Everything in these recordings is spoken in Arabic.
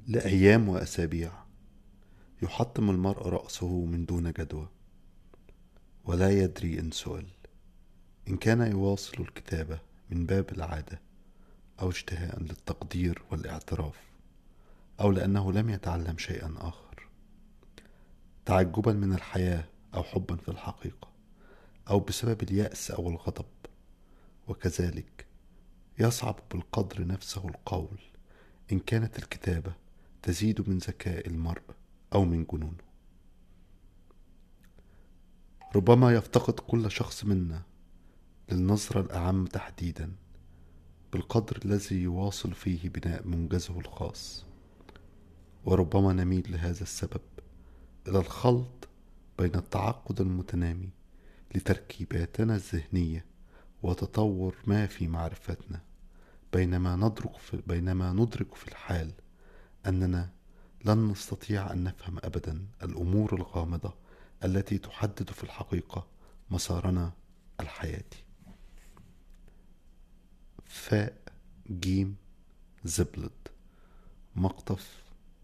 لأيام وأسابيع يحطم المرء رأسه من دون جدوى، ولا يدري إن سئل إن كان يواصل الكتابة من باب العادة أو اشتهاء للتقدير والاعتراف، أو لأنه لم يتعلم شيئا آخر، تعجبا من الحياة أو حبا في الحقيقة، أو بسبب اليأس أو الغضب. وكذلك يصعب بالقدر نفسه القول إن كانت الكتابة تزيد من ذكاء المرء أو من جنونه. ربما يفتقد كل شخص منا للنظرة الأعم تحديدا بالقدر الذي يواصل فيه بناء منجزه الخاص، وربما نميل لهذا السبب إلى الخلط بين التعقد المتنامي لتركيباتنا الذهنية وتطور ما في معرفتنا، بينما ندرك في الحال أننا لن نستطيع أن نفهم أبدا الأمور الغامضة التي تحدد في الحقيقة مسارنا الحياتي. فاء جيم زبلت مقطف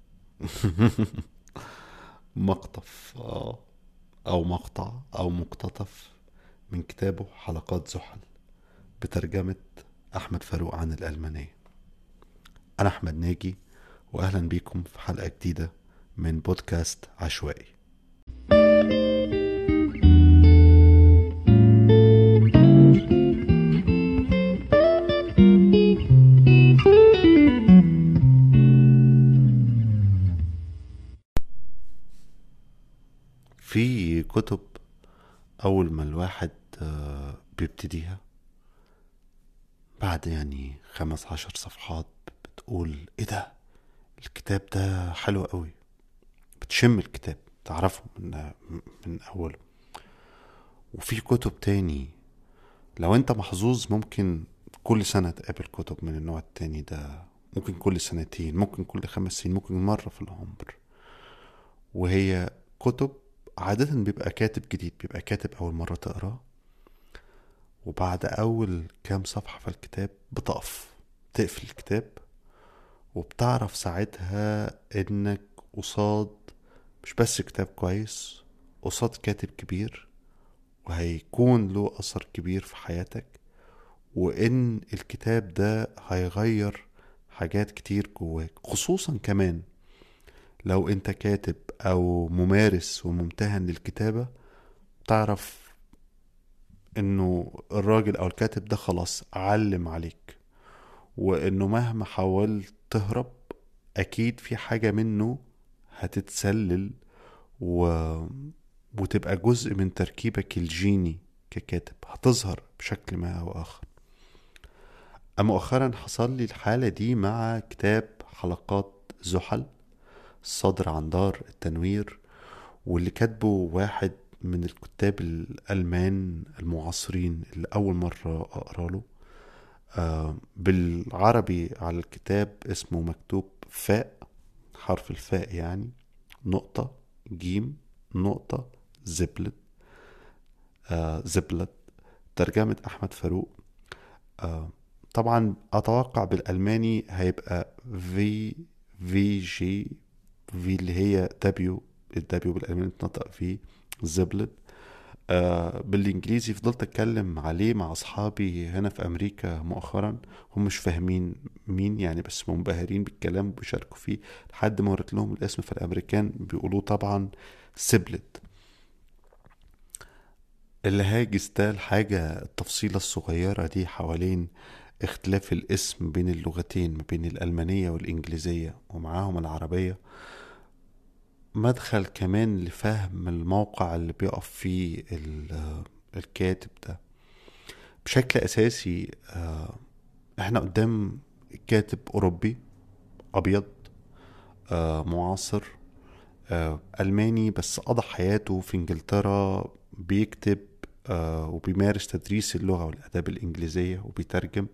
مقطف أو مقطع أو مقتطف من كتابه حلقات زحل بترجمة أحمد فاروق عن الألمانية. أنا أحمد ناجي، وأهلا بيكم في حلقة جديدة من بودكاست عشوائي. في كتب أول ما الواحد بيبتديها بعد 15 صفحات بتقول إيه ده، الكتاب ده حلو قوي، بتشم الكتاب تعرفه من أوله. وفي كتب تاني لو انت محظوظ ممكن كل سنة تقابل كتب من النوع التاني ده، ممكن كل سنتين، ممكن كل 5 سنين، ممكن مرة في العمر. وهي كتب عادة بيبقى كاتب جديد، بيبقى كاتب أول مرة تقراه، وبعد أول كام صفحة في الكتاب بتقف تقفل الكتاب، وبتعرف ساعتها إنك قصاد مش بس كتاب كويس، قصاد كاتب كبير وهيكون له أثر كبير في حياتك، وإن الكتاب ده هيغير حاجات كتير جواك، خصوصا كمان لو انت كاتب او ممارس وممتهن للكتابة. تعرف انه الراجل او الكاتب ده خلاص علم عليك، وانه مهما حاولت تهرب اكيد في حاجة منه هتتسلل و... وتبقى جزء من تركيبك الجيني ككاتب، هتظهر بشكل ما او اخر. مؤخرا حصل لي الحالة دي مع كتاب حلقات زحل الصادر عن دار التنوير، واللي كاتبه واحد من الكتاب الألمان المعاصرين اللي أول مرة أقرأ له. بالعربي على الكتاب اسمه مكتوب فاء، حرف الفاء يعني نقطة جيم نقطة زبلت، زبلت، ترجمة أحمد فاروق. طبعا أتوقع بالألماني هيبقى في جي، في اللي هي دبليو، الدبليو بالألماني بتنطق في زبلت. بالإنجليزي فضلت أتكلم عليه مع أصحابي هنا في أمريكا مؤخرا، هم مش فاهمين مين يعني، بس منبهرين بالكلام وبيشاركوا فيه لحد ما ورت لهم الاسم، في الأمريكان بيقولوه طبعا سبلت. اللي هاجس ده الحاجة التفصيلة الصغيرة دي حوالين اختلاف الاسم بين اللغتين، ما بين الألمانية والإنجليزية ومعاهم العربية، مدخل كمان لفهم الموقع اللي بيقف فيه الكاتب ده بشكل أساسي. احنا قدام كاتب أوروبي أبيض، معاصر، ألماني، بس قضى حياته في إنجلترا بيكتب وبيمارس تدريس اللغة والأداب الإنجليزية وبيترجم.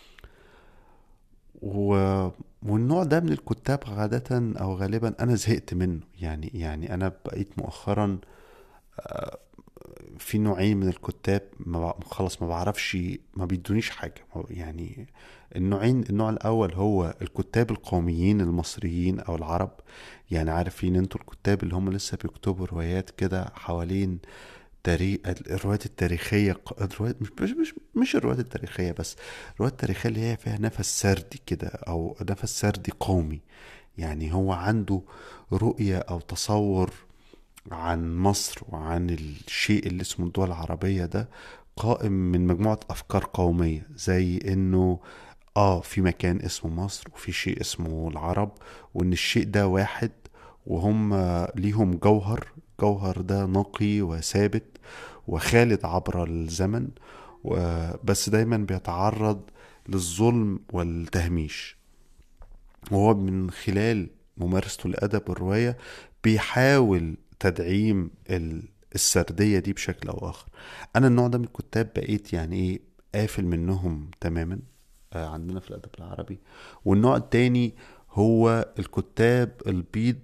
والنوع ده من الكتاب عادة أو غالبا أنا زهقت منه، يعني أنا بقيت مؤخرا في نوعين من الكتاب خلاص ما بعرفش، ما بيدونيش حاجة يعني. النوع الأول هو الكتاب القوميين المصريين أو العرب. يعني عارفين انتوا الكتاب اللي هم لسه بيكتبوا روايات كده حوالين تاريخ، الروايات التاريخية، الروايات مش الروايات التاريخية بس، الروايات التاريخية اللي هي فيها نفس سردي كده أو نفس سردي قومي. يعني هو عنده رؤية أو تصور عن مصر وعن الشيء اللي اسمه الدول العربية ده، قائم من مجموعة أفكار قومية، زي إنه في مكان اسمه مصر وفي شيء اسمه العرب، وإن الشيء ده واحد، وهم ليهم جوهر ده نقي وثابت وخالد عبر الزمن، بس دايما بيتعرض للظلم والتهميش. وهو من خلال ممارسته لأدب الرواية بيحاول تدعيم السردية دي بشكل أو آخر. أنا النوع ده من الكتاب بقيت يعني إيه قافل منهم تماما عندنا في الأدب العربي. والنوع التاني هو الكتاب البيض،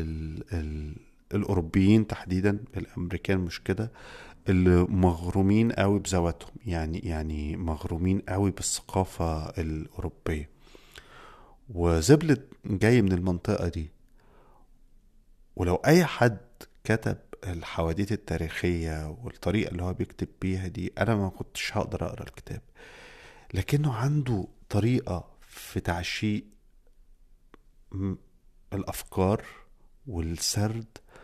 الأوروبيين تحديدا، الأمريكان مش كده، اللي مغرومين قوي بذواتهم، يعني مغرومين قوي بالثقافة الأوروبية. وزبلت جاي من المنطقة دي. ولو أي حد كتب الحواديت التاريخية والطريقة اللي هو بيكتب بيها دي، أنا ما كنتش هقدر أقرأ الكتاب. لكنه عنده طريقة في تعشيق م- الأفكار والسرد،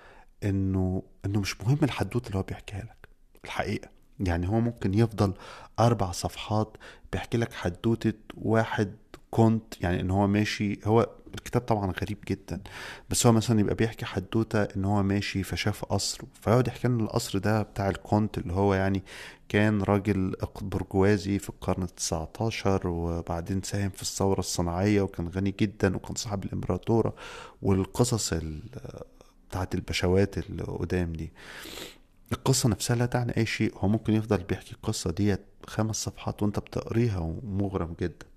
إنه مش مهم الحدوتة اللي هو بيحكيها لك الحقيقة. يعني هو ممكن يفضل 4 صفحات بيحكي لك حدوتة واحد كنت، يعني ان هو ماشي، هو الكتاب طبعا غريب جدا، بس هو مثلا يبقى بيحكي حدوتة ان هو ماشي فشاف قصر، فيقعد يحكي لنا القصر ده بتاع الكونت اللي هو يعني كان راجل برجوازي في القرن التسعتاشر، وبعدين ساهم في الثورة الصناعية وكان غني جدا وكان صاحب الإمبراطورة، والقصص بتاعت البشوات اللي قدام دي. القصة نفسها لا تعني أي شيء، هو ممكن يفضل بيحكي القصة دي 5 صفحات وانت بتقريها ومغرم جدا،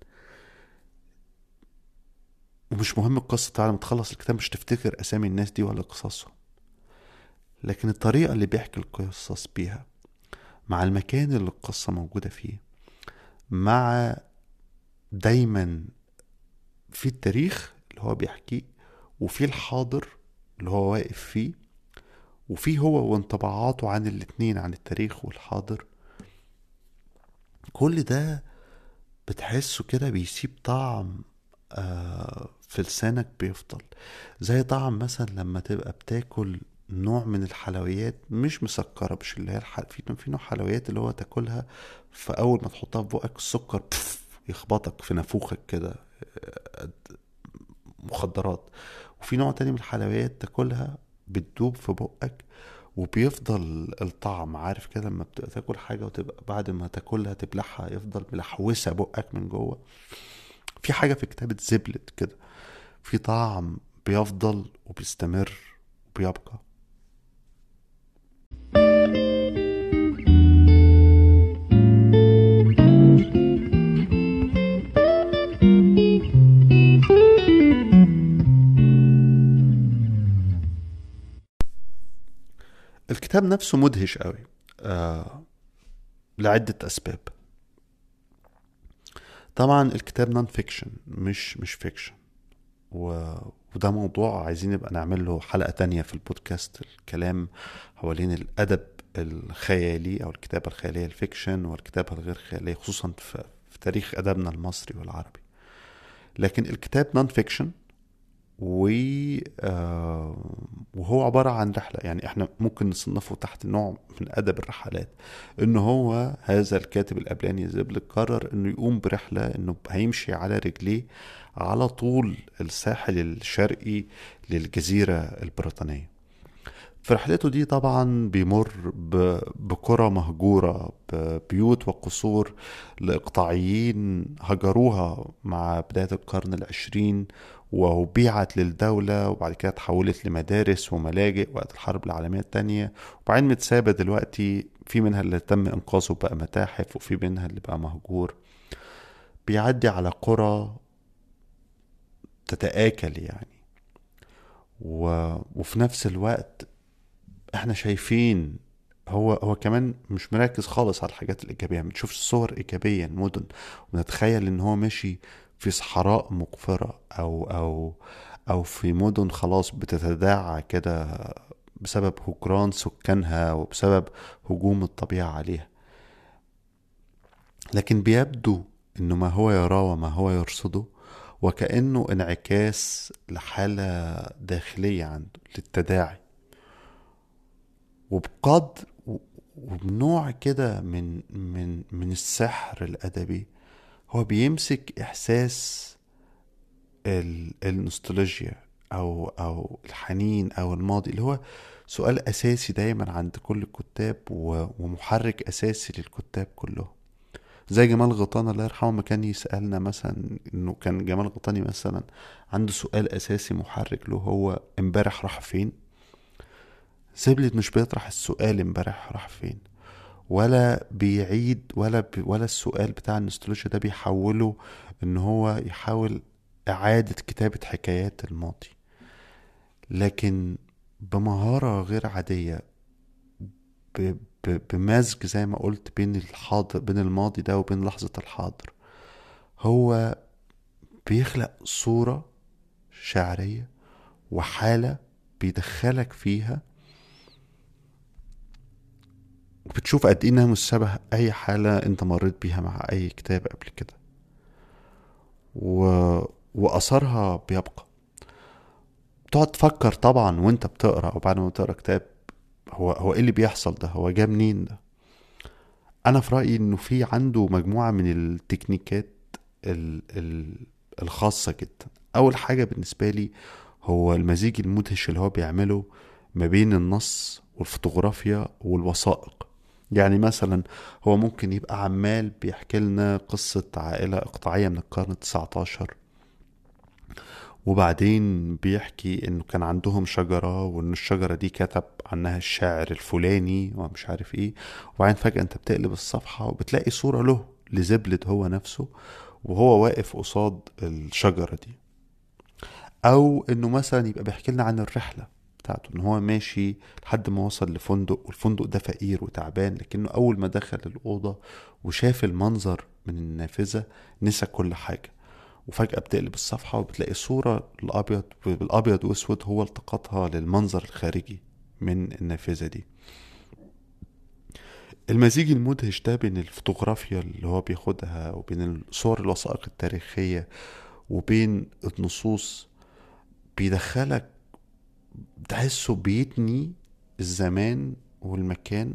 ومش مهم القصة، تعالى تخلص الكتاب مش تفتكر أسامي الناس دي ولا قصصهم. لكن الطريقة اللي بيحكي القصص بيها، مع المكان اللي القصة موجودة فيه، مع دايما في التاريخ اللي هو بيحكيه، وفي الحاضر اللي هو واقف فيه، وفي هو وانطباعاته عن الاتنين، عن التاريخ والحاضر. كل ده بتحسه كده بيسيب طعم في لسانك بيفضل، زي طعم مثلا لما تبقى بتاكل نوع من الحلويات مش مسكرة، مش اللي هي في نوع حلويات اللي هو تاكلها، فأول ما تحطها في بقك السكر يخبطك في نافوخك كده، مخدرات. وفي نوع تاني من الحلويات تاكلها بتدوب في بقك وبيفضل الطعم، عارف كده لما بتبقى تاكل حاجة وتبقى بعد ما تاكلها تبلعها يفضل ملحوسة بقك من جوه. في حاجة في كتابة زبلت كده، في طعم بيفضل وبيستمر وبيبقى. الكتاب نفسه مدهش قوي آه لعدة أسباب. طبعا الكتاب نون فيكشن، مش فيكشن، وده موضوع عايزين نبقى نعمل له حلقة تانية في البودكاست، الكلام حوالين الأدب الخيالي أو الكتابة الخيالية الفيكشن والكتابة الغير خيالية، خصوصا في تاريخ أدبنا المصري والعربي. لكن الكتاب نون فيكشن وهو عبارة عن رحلة، يعني احنا ممكن نصنفه تحت نوع من أدب الرحلات. ان هو هذا الكاتب الأبلاني زبل قرر انه يقوم برحلة، انه هيمشي على رجليه على طول الساحل الشرقي للجزيرة البريطانية. في رحلته دي طبعا بيمر بقرى مهجورة، ببيوت وقصور لإقطاعيين هجروها مع بداية القرن العشرين، وبيعت للدولة وبعد كده تحولت لمدارس وملاجئ وقت الحرب العالمية التانية، وبعدين متسابة دلوقتي، في منها اللي تم إنقاذه بقى متاحف وفي منها اللي بقى مهجور. بيعدي على قرى تتآكل يعني، وفي نفس الوقت احنا شايفين هو كمان مش مركز خالص على الحاجات الإيجابية. بنشوف صور إيجابية المدن، ونتخيل إن هو ماشي في صحراء مقفرة، أو في مدن خلاص بتتداعى كده بسبب هجران سكانها وبسبب هجوم الطبيعة عليها. لكن بيبدو إنه ما هو يراه وما هو يرصده وكأنه انعكاس لحالة داخلية عنده للتداعي، وبقدر وبنوع كده من السحر الأدبي. هو بيمسك إحساس النوستالجيا أو الحنين أو الماضي، اللي هو سؤال أساسي دايما عند كل الكتاب ومحرك أساسي للكتاب كلهم. زي جمال غيطان الله يرحمه، ما كان يسألنا مثلا، انه كان جمال غيطاني مثلا عنده سؤال اساسي محرك له، هو امبارح راح فين. سيبلت مش بيطرح السؤال امبارح راح فين، ولا بيعيد ولا السؤال بتاع النوستالجيا ده بيحوله ان هو يحاول اعادة كتابة حكايات الماضي، لكن بمهارة غير عادية، بمزج زي ما قلت بين الحاضر، بين الماضي ده وبين لحظة الحاضر. هو بيخلق صورة شعرية وحالة بيدخلك فيها، وبتشوف قد ايه انها مش شبه اي حالة انت مريت بيها مع اي كتاب قبل كده، و... واثرها بيبقى. تقعد تفكر طبعا وانت بتقرا او بعد ما بتقرا كتاب، هو ايه اللي بيحصل ده، هو جا منين ده. انا في رايي انه في عنده مجموعه من التكنيكات ال... ال... الخاصه جدا. اول حاجه بالنسبه لي هو المزيج المدهش اللي هو بيعمله ما بين النص والفوتوغرافيا والوثائق. يعني مثلا هو ممكن يبقى عمال بيحكي لنا قصة عائلة إقطاعية من القرن ال19، وبعدين بيحكي انه كان عندهم شجرة، وان الشجرة دي كتب عنها الشاعر الفلاني ومش عارف ايه. وبعدين فجأة انت بتقلب الصفحة وبتلاقي صورة له لزبلت هو نفسه وهو واقف قصاد الشجرة دي. او انه مثلا يبقى بيحكي لنا عن الرحلة بتاعته، ان هو ماشي لحد ما وصل لفندق، والفندق ده فقير وتعبان، لكنه اول ما دخل الأوضة وشاف المنظر من النافذة نسى كل حاجة. وفجأة بتقلب الصفحة وبتلاقي صورة الأبيض بالأبيض وأسود هو التقطها للمنظر الخارجي من النافذة دي. المزيج المدهش ده بين الفوتوغرافيا اللي هو بياخدها وبين صور الوثائق التاريخية وبين النصوص بيدخلك، تحسه بيتني الزمان والمكان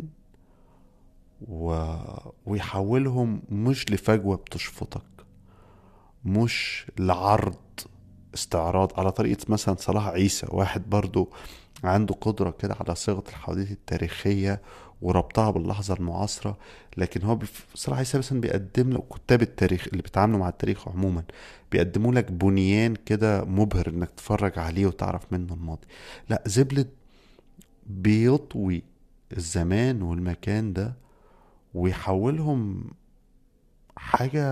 ويحولهم مش لفجوة بتشفطك، مش لعرض استعراض على طريقة مثلا صلاح عيسى، واحد برضو عنده قدرة كده على صيغة الحواديت التاريخية وربطها باللحظة المعاصرة. لكن هو صلاح عيسى مثلا بيقدم لك كتاب التاريخ اللي بيتعاملوا مع التاريخ عموما، بيقدموا لك بنيان كده مبهر انك تتفرج عليه وتعرف منه الماضي. لا، زبلت بيطوي الزمان والمكان ده ويحولهم حاجة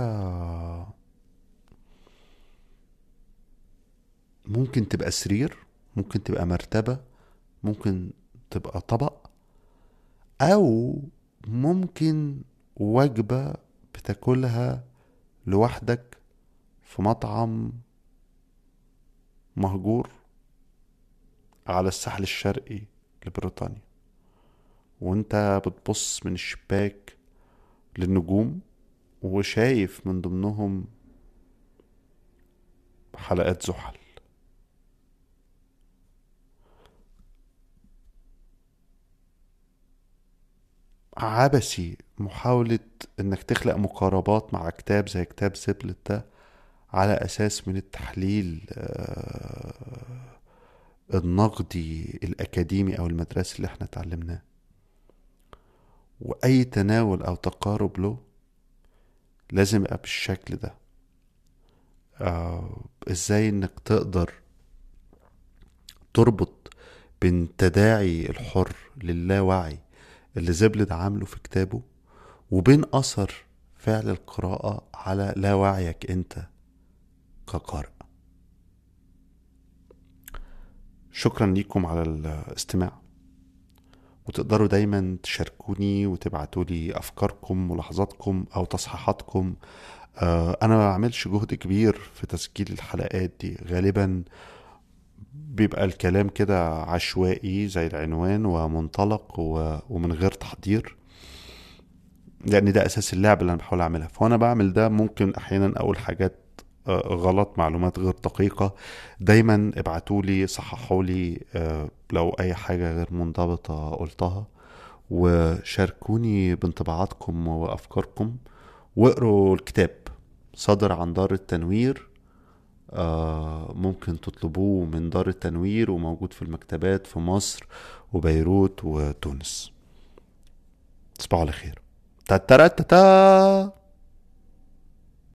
ممكن تبقى سرير، ممكن تبقى مرتبة، ممكن تبقى طبق، او ممكن وجبة بتاكلها لوحدك في مطعم مهجور على الساحل الشرقي لبريطانيا، وانت بتبص من الشباك للنجوم وشايف من ضمنهم حلقات زحل. عبثي محاولة انك تخلق مقاربات مع كتاب زي كتاب زبلت ده على اساس من التحليل النقدي الأكاديمي أو المدرسي اللي احنا اتعلمناه. وأي تناول أو تقارب له لازم يبقى بالشكل ده. ازاي انك تقدر تربط بين تداعي الحر للاوعي اللي زبلد عامله في كتابه وبين أثر فعل القراءة على لا وعيك انت كقارئ. شكرا لكم على الاستماع، وتقدروا دايما تشاركوني وتبعتوا لي افكاركم ملاحظاتكم او تصحيحاتكم. انا ما بعملش جهد كبير في تسجيل الحلقات دي، غالبا بيبقى الكلام كده عشوائي زي العنوان ومنطلق ومن غير تحضير، لان ده اساس اللعبه اللي انا بحاول اعملها. فانا بعمل ده ممكن احيانا اقول حاجات غلط، معلومات غير دقيقة. دايما ابعتولي صححولي لو اي حاجة غير منضبطة قلتها، وشاركوني بانطباعاتكم وافكاركم. واقروا الكتاب، صادر عن دار التنوير. ممكن تطلبوه من دار التنوير، وموجود في المكتبات في مصر وبيروت وتونس. تصبحوا على خير. تاترا تاتا.